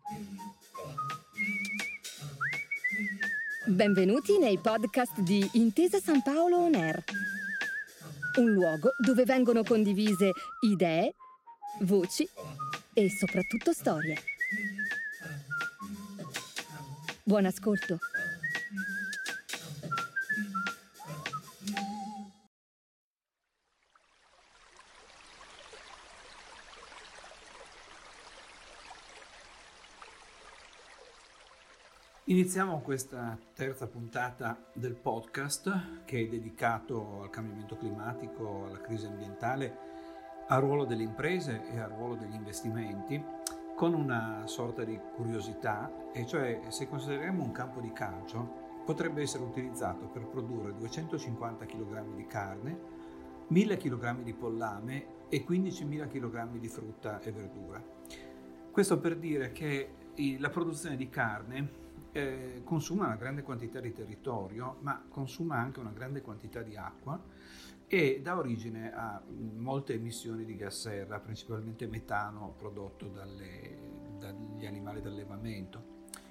Benvenuti nei podcast di Intesa San Paolo On Air, un luogo dove vengono condivise idee, voci e soprattutto storie. Buon ascolto. Iniziamo questa terza puntata del podcast che è dedicato al cambiamento climatico, alla crisi ambientale, al ruolo delle imprese e al ruolo degli investimenti, con una sorta di curiosità, e cioè se consideriamo un campo di calcio potrebbe essere utilizzato per produrre 250 kg di carne, 1000 kg di pollame e 15.000 kg di frutta e verdura. Questo per dire che la produzione di carne consuma una grande quantità di territorio, ma consuma anche una grande quantità di acqua e dà origine a molte emissioni di gas serra, principalmente metano prodotto dagli animali d'allevamento.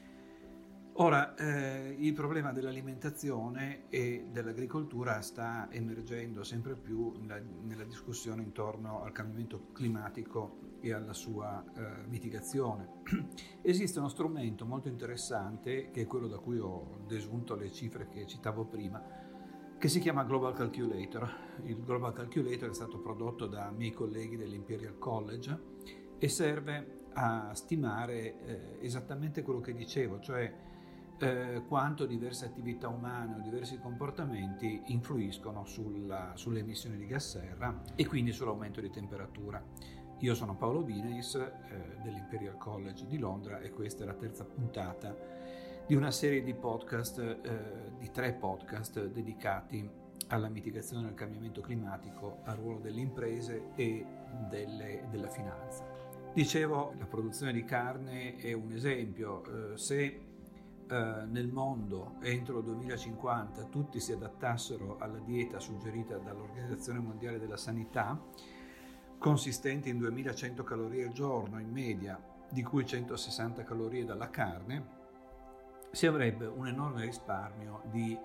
Ora, il problema dell'alimentazione e dell'agricoltura sta emergendo sempre più nella discussione intorno al cambiamento climatico e alla sua mitigazione. Esiste uno strumento molto interessante, che è quello da cui ho desunto le cifre che citavo prima, che si chiama Global Calculator. Il Global Calculator è stato prodotto da miei colleghi dell'Imperial College e serve a stimare esattamente quello che dicevo, cioè quanto diverse attività umane o diversi comportamenti influiscono sulle emissioni di gas serra e quindi sull'aumento di temperatura. Io sono Paolo Bineis dell'Imperial College di Londra e questa è la terza puntata di una serie di podcast, di 3 podcast dedicati alla mitigazione del cambiamento climatico, al ruolo delle imprese e della finanza. Dicevo, la produzione di carne è un esempio. Se nel mondo entro il 2050 tutti si adattassero alla dieta suggerita dall'Organizzazione Mondiale della Sanità, consistente in 2100 calorie al giorno in media, di cui 160 calorie dalla carne, si avrebbe un enorme risparmio di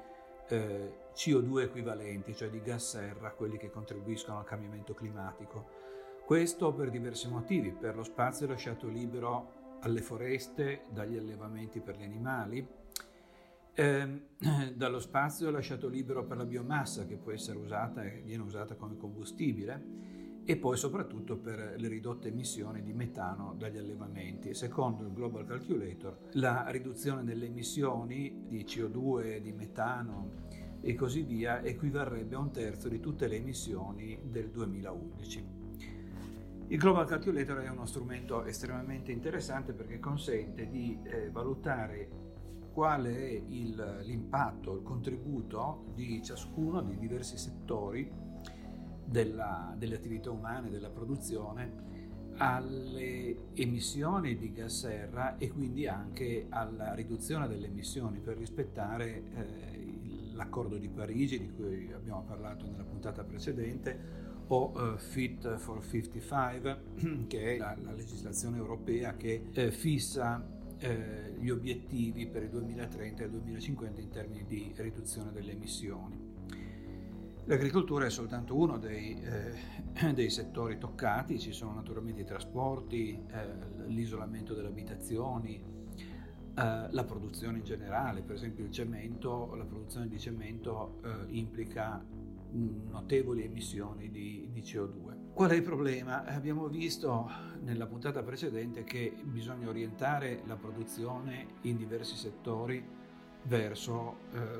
CO2 equivalenti, cioè di gas serra, quelli che contribuiscono al cambiamento climatico. Questo per diversi motivi: per lo spazio lasciato libero alle foreste dagli allevamenti per gli animali, dallo spazio lasciato libero per la biomassa che può essere usata e viene usata come combustibile, e poi soprattutto per le ridotte emissioni di metano dagli allevamenti. Secondo il Global Calculator, la riduzione delle emissioni di CO2, di metano e così via equivarrebbe a 1/3 di tutte le emissioni del 2011. Il Global Calculator è uno strumento estremamente interessante perché consente di valutare qual è l'impatto, il contributo di ciascuno dei diversi settori delle attività umane, della produzione, alle emissioni di gas serra e quindi anche alla riduzione delle emissioni per rispettare l'accordo di Parigi, di cui abbiamo parlato nella puntata precedente, o Fit for 55, che è la legislazione europea che fissa gli obiettivi per il 2030 e il 2050 in termini di riduzione delle emissioni. L'agricoltura è soltanto uno dei settori toccati, ci sono naturalmente i trasporti, l'isolamento delle abitazioni, la produzione in generale. Per esempio il cemento, la produzione di cemento implica notevoli emissioni di CO2. Qual è il problema? Abbiamo visto nella puntata precedente che bisogna orientare la produzione in diversi settori verso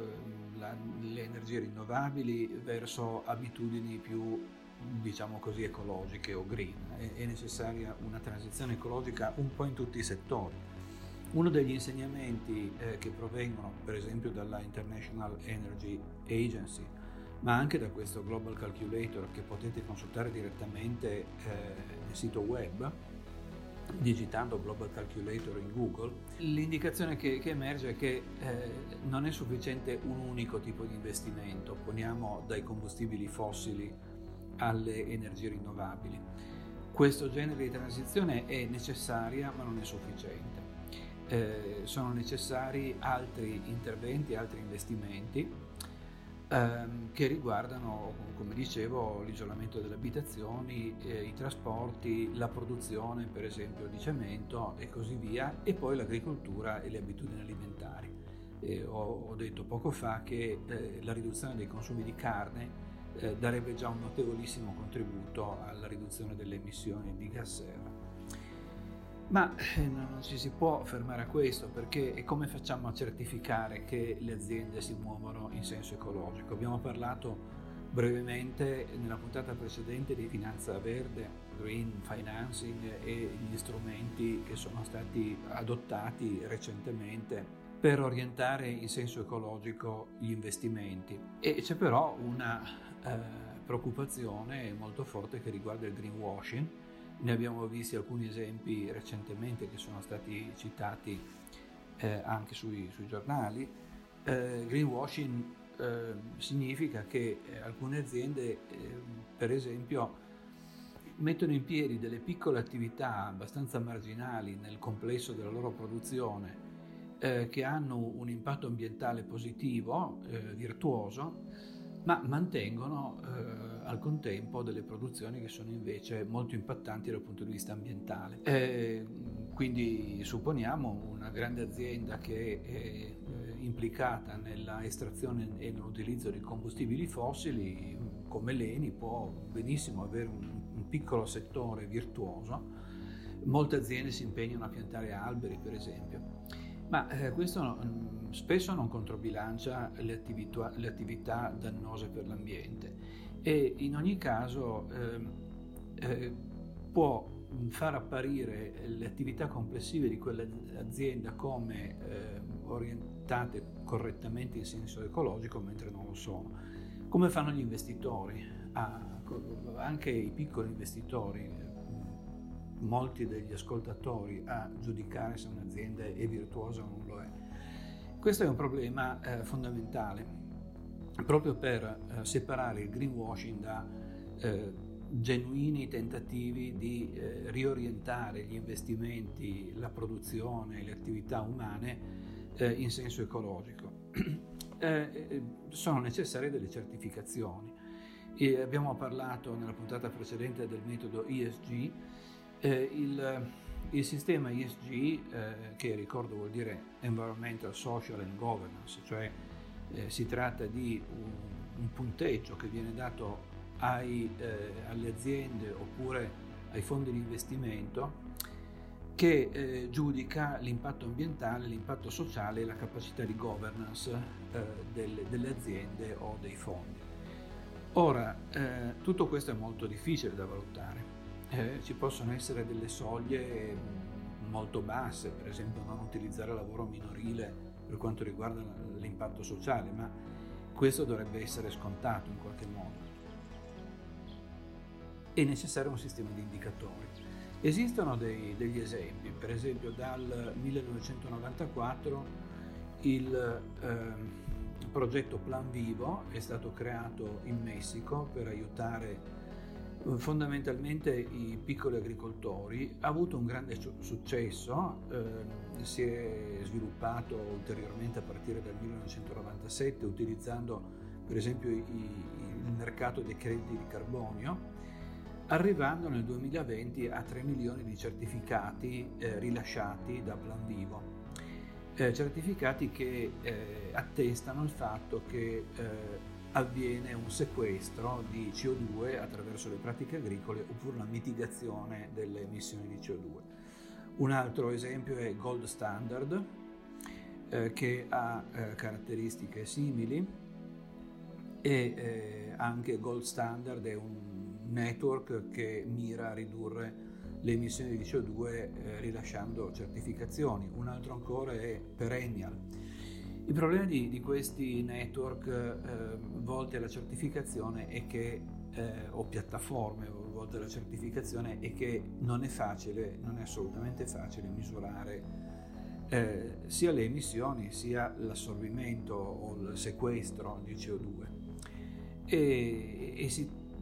le energie rinnovabili, verso abitudini più, diciamo così, ecologiche o green. È necessaria una transizione ecologica un po' in tutti i settori. Uno degli insegnamenti che provengono per esempio dalla International Energy Agency, ma anche da questo Global Calculator che potete consultare direttamente nel sito web digitando Global Calculator in Google, l'indicazione che emerge è che non è sufficiente un unico tipo di investimento, poniamo dai combustibili fossili alle energie rinnovabili. Questo genere di transizione è necessaria ma non è sufficiente. Sono necessari altri interventi, altri investimenti che riguardano, come dicevo, l'isolamento delle abitazioni, i trasporti, la produzione per esempio di cemento e così via, e poi l'agricoltura e le abitudini alimentari. Ho detto poco fa che la riduzione dei consumi di carne darebbe già un notevolissimo contributo alla riduzione delle emissioni di gas serra. Ma non ci si può fermare a questo, perché come facciamo a certificare che le aziende si muovono in senso ecologico? Abbiamo parlato brevemente nella puntata precedente di finanza verde, green financing e gli strumenti che sono stati adottati recentemente per orientare in senso ecologico gli investimenti. E c'è però una preoccupazione molto forte che riguarda il greenwashing. Ne abbiamo visti alcuni esempi recentemente che sono stati citati anche sui giornali. Greenwashing significa che alcune aziende, per esempio, mettono in piedi delle piccole attività abbastanza marginali nel complesso della loro produzione che hanno un impatto ambientale positivo, virtuoso, ma mantengono al contempo delle produzioni che sono invece molto impattanti dal punto di vista ambientale. Quindi supponiamo una grande azienda che è implicata nella estrazione e nell'utilizzo di combustibili fossili, come l'ENI, può benissimo avere un piccolo settore virtuoso. Molte aziende si impegnano a piantare alberi, per esempio. Ma questo spesso non controbilancia le attività dannose per l'ambiente e in ogni caso può far apparire le attività complessive di quell'azienda come orientate correttamente in senso ecologico, mentre non lo sono. Come fanno gli investitori? Anche i piccoli investitori, molti degli ascoltatori, a giudicare se un'azienda è virtuosa o non lo è. Questo è un problema fondamentale, proprio per separare il greenwashing da genuini tentativi di riorientare gli investimenti, la produzione e le attività umane in senso ecologico. Sono necessarie delle certificazioni. Abbiamo parlato nella puntata precedente del metodo ESG. Il sistema ESG, che ricordo vuol dire Environmental, Social and Governance, cioè si tratta di un punteggio che viene dato alle aziende oppure ai fondi di investimento, che giudica l'impatto ambientale, l'impatto sociale e la capacità di governance delle aziende o dei fondi. Ora, tutto questo è molto difficile da valutare. Ci possono essere delle soglie molto basse, per esempio non utilizzare lavoro minorile per quanto riguarda l'impatto sociale, ma questo dovrebbe essere scontato in qualche modo. È necessario un sistema di indicatori. Esistono degli esempi, per esempio dal 1994 il progetto Plan Vivo è stato creato in Messico per aiutare fondamentalmente i piccoli agricoltori. Ha avuto un grande successo, si è sviluppato ulteriormente a partire dal 1997 utilizzando per esempio il mercato dei crediti di carbonio, arrivando nel 2020 a 3 milioni di certificati rilasciati da Plan Vivo, certificati che attestano il fatto che avviene un sequestro di CO2 attraverso le pratiche agricole oppure la mitigazione delle emissioni di CO2. Un altro esempio è Gold Standard, che ha caratteristiche simili, e anche Gold Standard è un network che mira a ridurre le emissioni di CO2 rilasciando certificazioni. Un altro ancora è Perennial. Il problema di questi network volti alla certificazione è che, o piattaforme volte alla certificazione, è che non è assolutamente facile misurare sia le emissioni sia l'assorbimento o il sequestro di CO2 e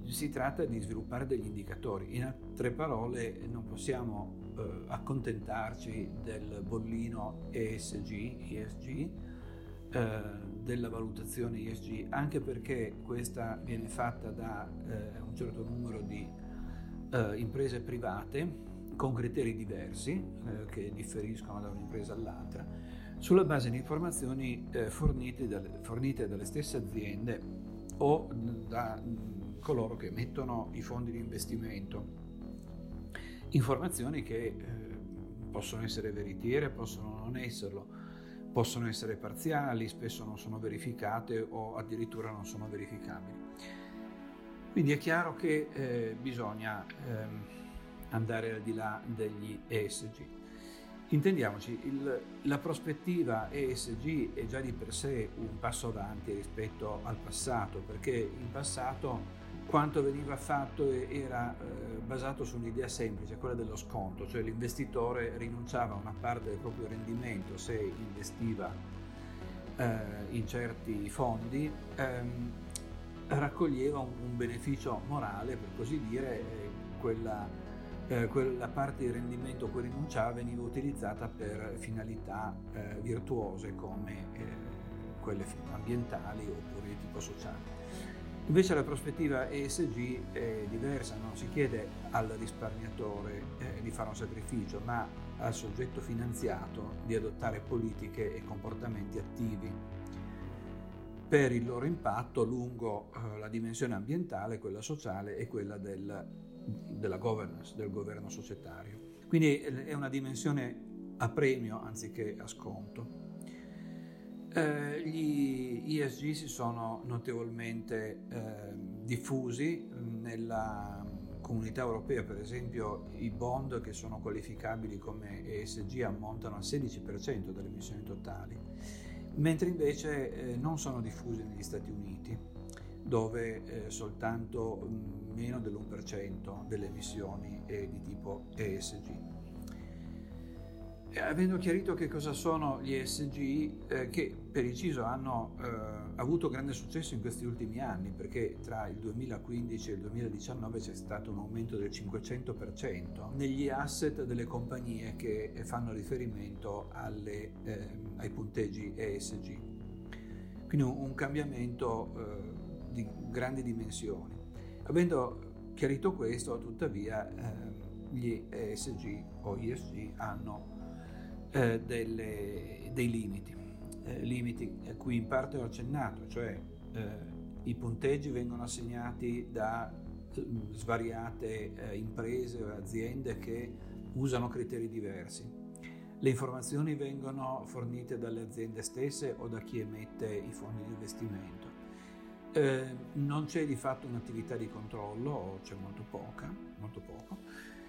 si tratta di sviluppare degli indicatori. In altre parole, non possiamo accontentarci del bollino ESG, della valutazione ESG, anche perché questa viene fatta da un certo numero di imprese private con criteri diversi che differiscono da un'impresa all'altra, sulla base di informazioni fornite dalle stesse aziende o da coloro che emettono i fondi di investimento. Informazioni che possono essere veritiere, possono non esserlo, possono essere parziali, spesso non sono verificate o addirittura non sono verificabili. Quindi è chiaro che bisogna andare al di là degli ESG. Intendiamoci, la prospettiva ESG è già di per sé un passo avanti rispetto al passato, perché in passato quanto veniva fatto era basato su un'idea semplice, quella dello sconto, cioè l'investitore rinunciava a una parte del proprio rendimento se investiva in certi fondi, raccoglieva un beneficio morale, per così dire, quella parte di rendimento a cui rinunciava veniva utilizzata per finalità virtuose come quelle ambientali oppure di tipo sociale. Invece la prospettiva ESG è diversa, non si chiede al risparmiatore di fare un sacrificio, ma al soggetto finanziato di adottare politiche e comportamenti attivi per il loro impatto lungo la dimensione ambientale, quella sociale e quella della governance, del governo societario. Quindi è una dimensione a premio anziché a sconto. Gli ESG si sono notevolmente diffusi nella comunità europea, per esempio i bond che sono qualificabili come ESG ammontano al 16% delle emissioni totali, mentre invece non sono diffusi negli Stati Uniti, dove soltanto meno dell'1% delle emissioni è di tipo ESG. Avendo chiarito che cosa sono gli ESG, che per inciso hanno avuto grande successo in questi ultimi anni, perché tra il 2015 e il 2019 c'è stato un aumento del 500% negli asset delle compagnie che fanno riferimento ai punteggi ESG. Quindi un cambiamento di grandi dimensioni. Avendo chiarito questo, tuttavia, gli ESG o ESG hanno dei limiti a cui in parte ho accennato, cioè i punteggi vengono assegnati da svariate imprese o aziende che usano criteri diversi. Le informazioni vengono fornite dalle aziende stesse o da chi emette i fondi di investimento. Non c'è di fatto un'attività di controllo, o c'è molto poco.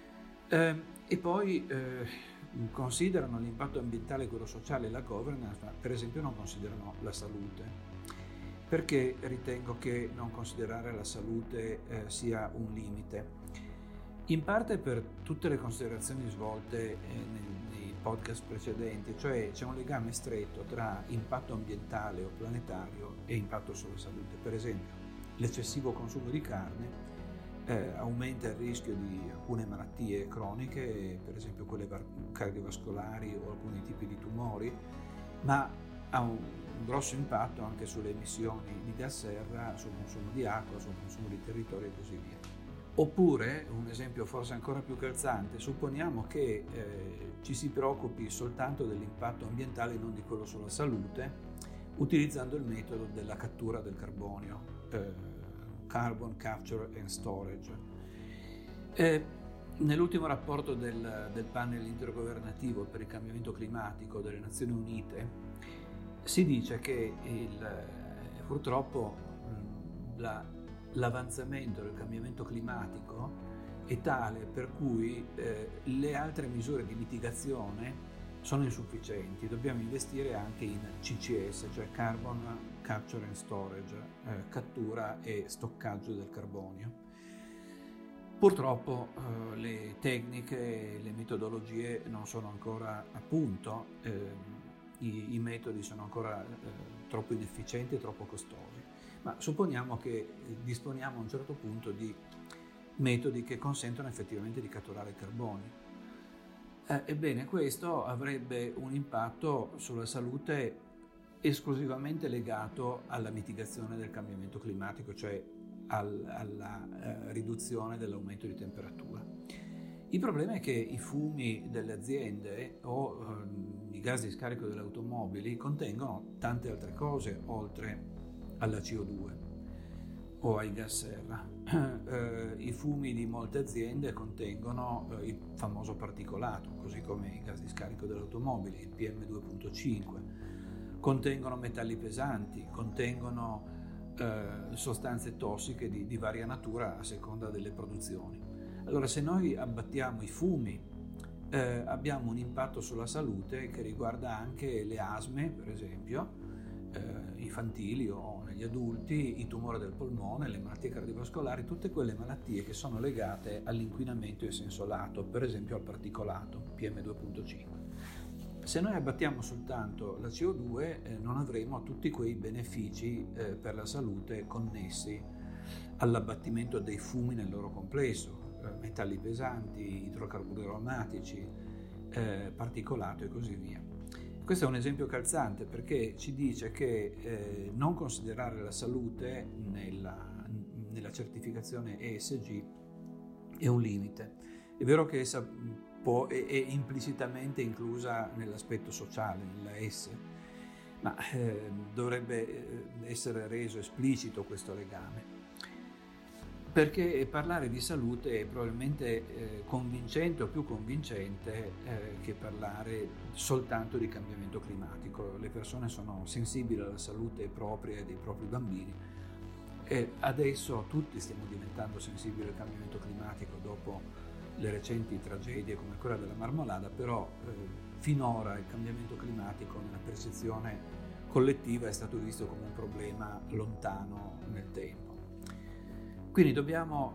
E poi considerano l'impatto ambientale, quello sociale e la governance, ma per esempio non considerano la salute. Perché ritengo che non considerare la salute sia un limite? In parte per tutte le considerazioni svolte nei podcast precedenti, cioè c'è un legame stretto tra impatto ambientale o planetario e impatto sulla salute. Per esempio, l'eccessivo consumo di carne aumenta il rischio di alcune malattie croniche, per esempio quelle cardiovascolari o alcuni tipi di tumori, ma ha un grosso impatto anche sulle emissioni di gas serra, sul consumo di acqua, sul consumo di territorio e così via. Oppure, un esempio forse ancora più calzante, supponiamo che ci si preoccupi soltanto dell'impatto ambientale e non di quello sulla salute, utilizzando il metodo della cattura del carbonio, Carbon Capture and Storage. Nell'ultimo rapporto del panel intergovernativo per il cambiamento climatico delle Nazioni Unite si dice che purtroppo l'avanzamento del cambiamento climatico è tale per cui le altre misure di mitigazione sono insufficienti. Dobbiamo investire anche in CCS, cioè Carbon Capture and Storage, cattura e stoccaggio del carbonio. Purtroppo le tecniche, le metodologie non sono ancora a punto, i metodi sono ancora troppo inefficienti e troppo costosi. Ma supponiamo che disponiamo a un certo punto di metodi che consentono effettivamente di catturare carbonio. Ebbene, questo avrebbe un impatto sulla salute esclusivamente legato alla mitigazione del cambiamento climatico, cioè alla riduzione dell'aumento di temperatura. Il problema è che i fumi delle aziende o i gas di scarico delle automobili contengono tante altre cose oltre alla CO2 o ai gas serra. I fumi di molte aziende contengono il famoso particolato, così come i gas di scarico delle automobili, il PM2.5, contengono metalli pesanti, contengono sostanze tossiche di varia natura a seconda delle produzioni. Allora, se noi abbattiamo i fumi, abbiamo un impatto sulla salute che riguarda anche le asme, per esempio, infantili o negli adulti, i tumori del polmone, le malattie cardiovascolari, tutte quelle malattie che sono legate all'inquinamento in senso lato, per esempio al particolato PM2.5. Se noi abbattiamo soltanto la CO2 non avremo tutti quei benefici per la salute connessi all'abbattimento dei fumi nel loro complesso, metalli pesanti, idrocarburi aromatici, particolato e così via. Questo è un esempio calzante perché ci dice che non considerare la salute nella certificazione ESG è un limite. È vero che essa è implicitamente inclusa nell'aspetto sociale, nella S, ma dovrebbe essere reso esplicito questo legame. Perché parlare di salute è probabilmente convincente o più convincente che parlare soltanto di cambiamento climatico. Le persone sono sensibili alla salute propria e dei propri bambini e adesso tutti stiamo diventando sensibili al cambiamento climatico dopo le recenti tragedie come quella della Marmolada, però finora il cambiamento climatico nella percezione collettiva è stato visto come un problema lontano nel tempo. Quindi dobbiamo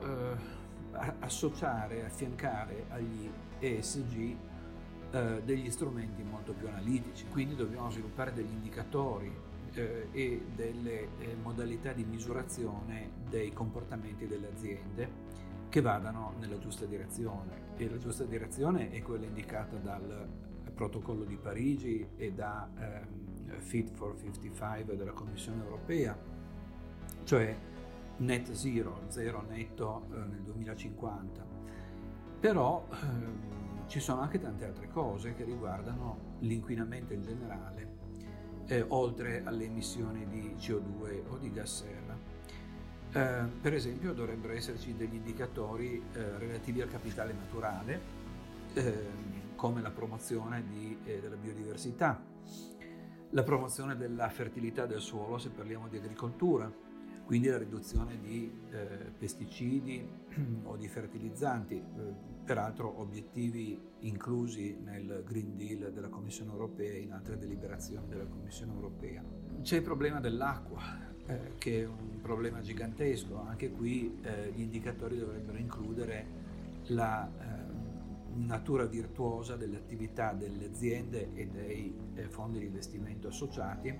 associare, affiancare agli ESG degli strumenti molto più analitici, quindi dobbiamo sviluppare degli indicatori e delle modalità di misurazione dei comportamenti delle aziende che vadano nella giusta direzione, e la giusta direzione è quella indicata dal protocollo di Parigi e da Fit for 55 della Commissione europea, cioè net zero netto nel 2050. Però ci sono anche tante altre cose che riguardano l'inquinamento in generale, oltre alle emissioni di CO2 o di gas serra. Per esempio dovrebbero esserci degli indicatori relativi al capitale naturale, come la promozione della biodiversità, la promozione della fertilità del suolo se parliamo di agricoltura, quindi la riduzione di pesticidi o di fertilizzanti, peraltro obiettivi inclusi nel Green Deal della Commissione europea e in altre deliberazioni della Commissione europea. C'è il problema dell'acqua, che è un problema gigantesco. Anche qui gli indicatori dovrebbero includere la natura virtuosa delle attività delle aziende e dei fondi di investimento associati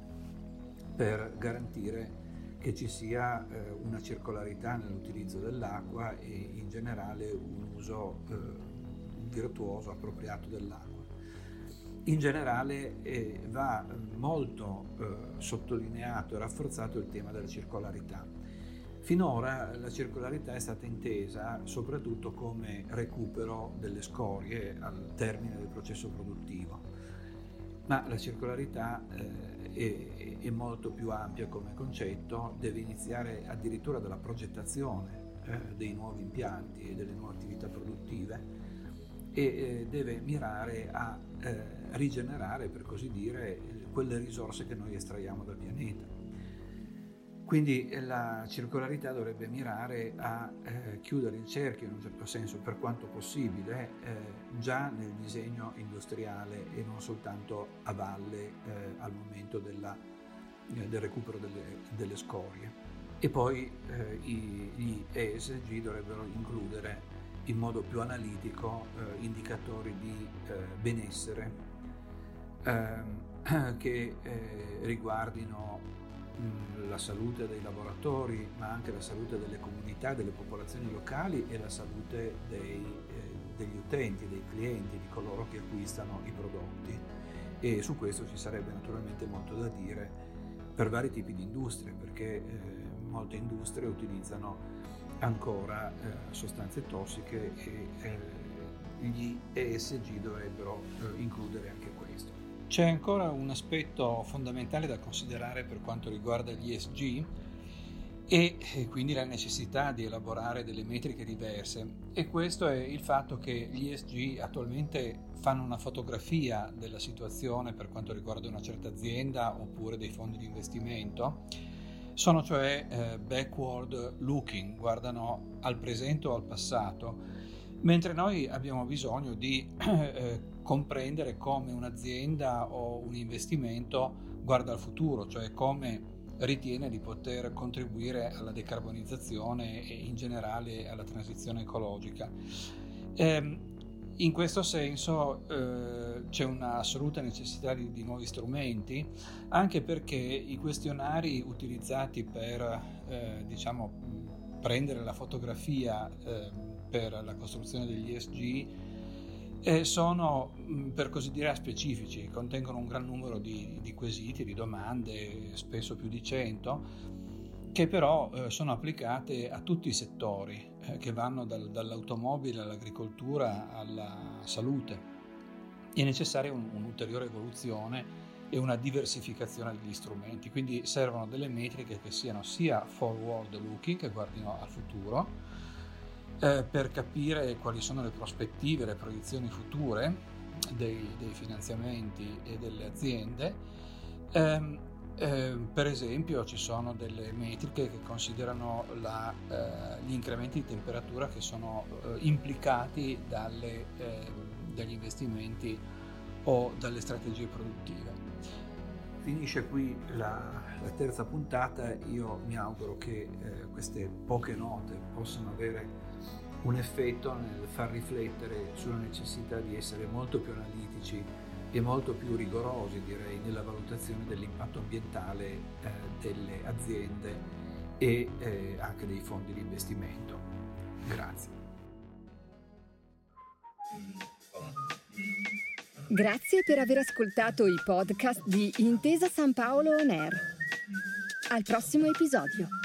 per garantire che ci sia una circolarità nell'utilizzo dell'acqua e in generale un uso virtuoso, appropriato dell'acqua. In generale va molto sottolineato e rafforzato il tema della circolarità. Finora la circolarità è stata intesa soprattutto come recupero delle scorie al termine del processo produttivo, ma la circolarità è molto più ampia come concetto, deve iniziare addirittura dalla progettazione dei nuovi impianti e delle nuove attività produttive e deve mirare a rigenerare, per così dire, quelle risorse che noi estraiamo dal pianeta. Quindi la circolarità dovrebbe mirare a chiudere il cerchio in un certo senso, per quanto possibile, già nel disegno industriale e non soltanto a valle al momento del recupero delle scorie. E poi gli ESG dovrebbero includere in modo più analitico indicatori di benessere che riguardino la salute dei lavoratori, ma anche la salute delle comunità, delle popolazioni locali e la salute degli utenti, dei clienti, di coloro che acquistano i prodotti. E su questo ci sarebbe naturalmente molto da dire per vari tipi di industrie, perché molte industrie utilizzano ancora sostanze tossiche e gli ESG dovrebbero includere anche questo. C'è ancora un aspetto fondamentale da considerare per quanto riguarda gli ESG e quindi la necessità di elaborare delle metriche diverse, e questo è il fatto che gli ESG attualmente fanno una fotografia della situazione per quanto riguarda una certa azienda oppure dei fondi di investimento. Sono cioè backward looking, guardano al presente o al passato, mentre noi abbiamo bisogno di comprendere come un'azienda o un investimento guarda al futuro, cioè come ritiene di poter contribuire alla decarbonizzazione e in generale alla transizione ecologica. In questo senso c'è un'assoluta necessità di nuovi strumenti, anche perché i questionari utilizzati per prendere la fotografia per la costruzione degli ESG sono, per così dire, specifici, contengono un gran numero di quesiti, di domande, spesso più di 100, che però sono applicate a tutti i settori, che vanno dall'automobile all'agricoltura alla salute. È necessaria un'ulteriore evoluzione e una diversificazione degli strumenti, quindi servono delle metriche che siano sia forward looking, che guardino al futuro, per capire quali sono le prospettive, le proiezioni future dei finanziamenti e delle aziende. Per esempio ci sono delle metriche che considerano gli incrementi di temperatura che sono implicati dagli investimenti o dalle strategie produttive. Finisce qui la terza puntata. Io mi auguro che queste poche note possano avere un effetto nel far riflettere sulla necessità di essere molto più analitici e molto più rigorosi, direi, nella valutazione dell'impatto ambientale delle aziende e anche dei fondi di investimento. Grazie. Grazie per aver ascoltato i podcast di Intesa Sanpaolo On Air. Al prossimo episodio.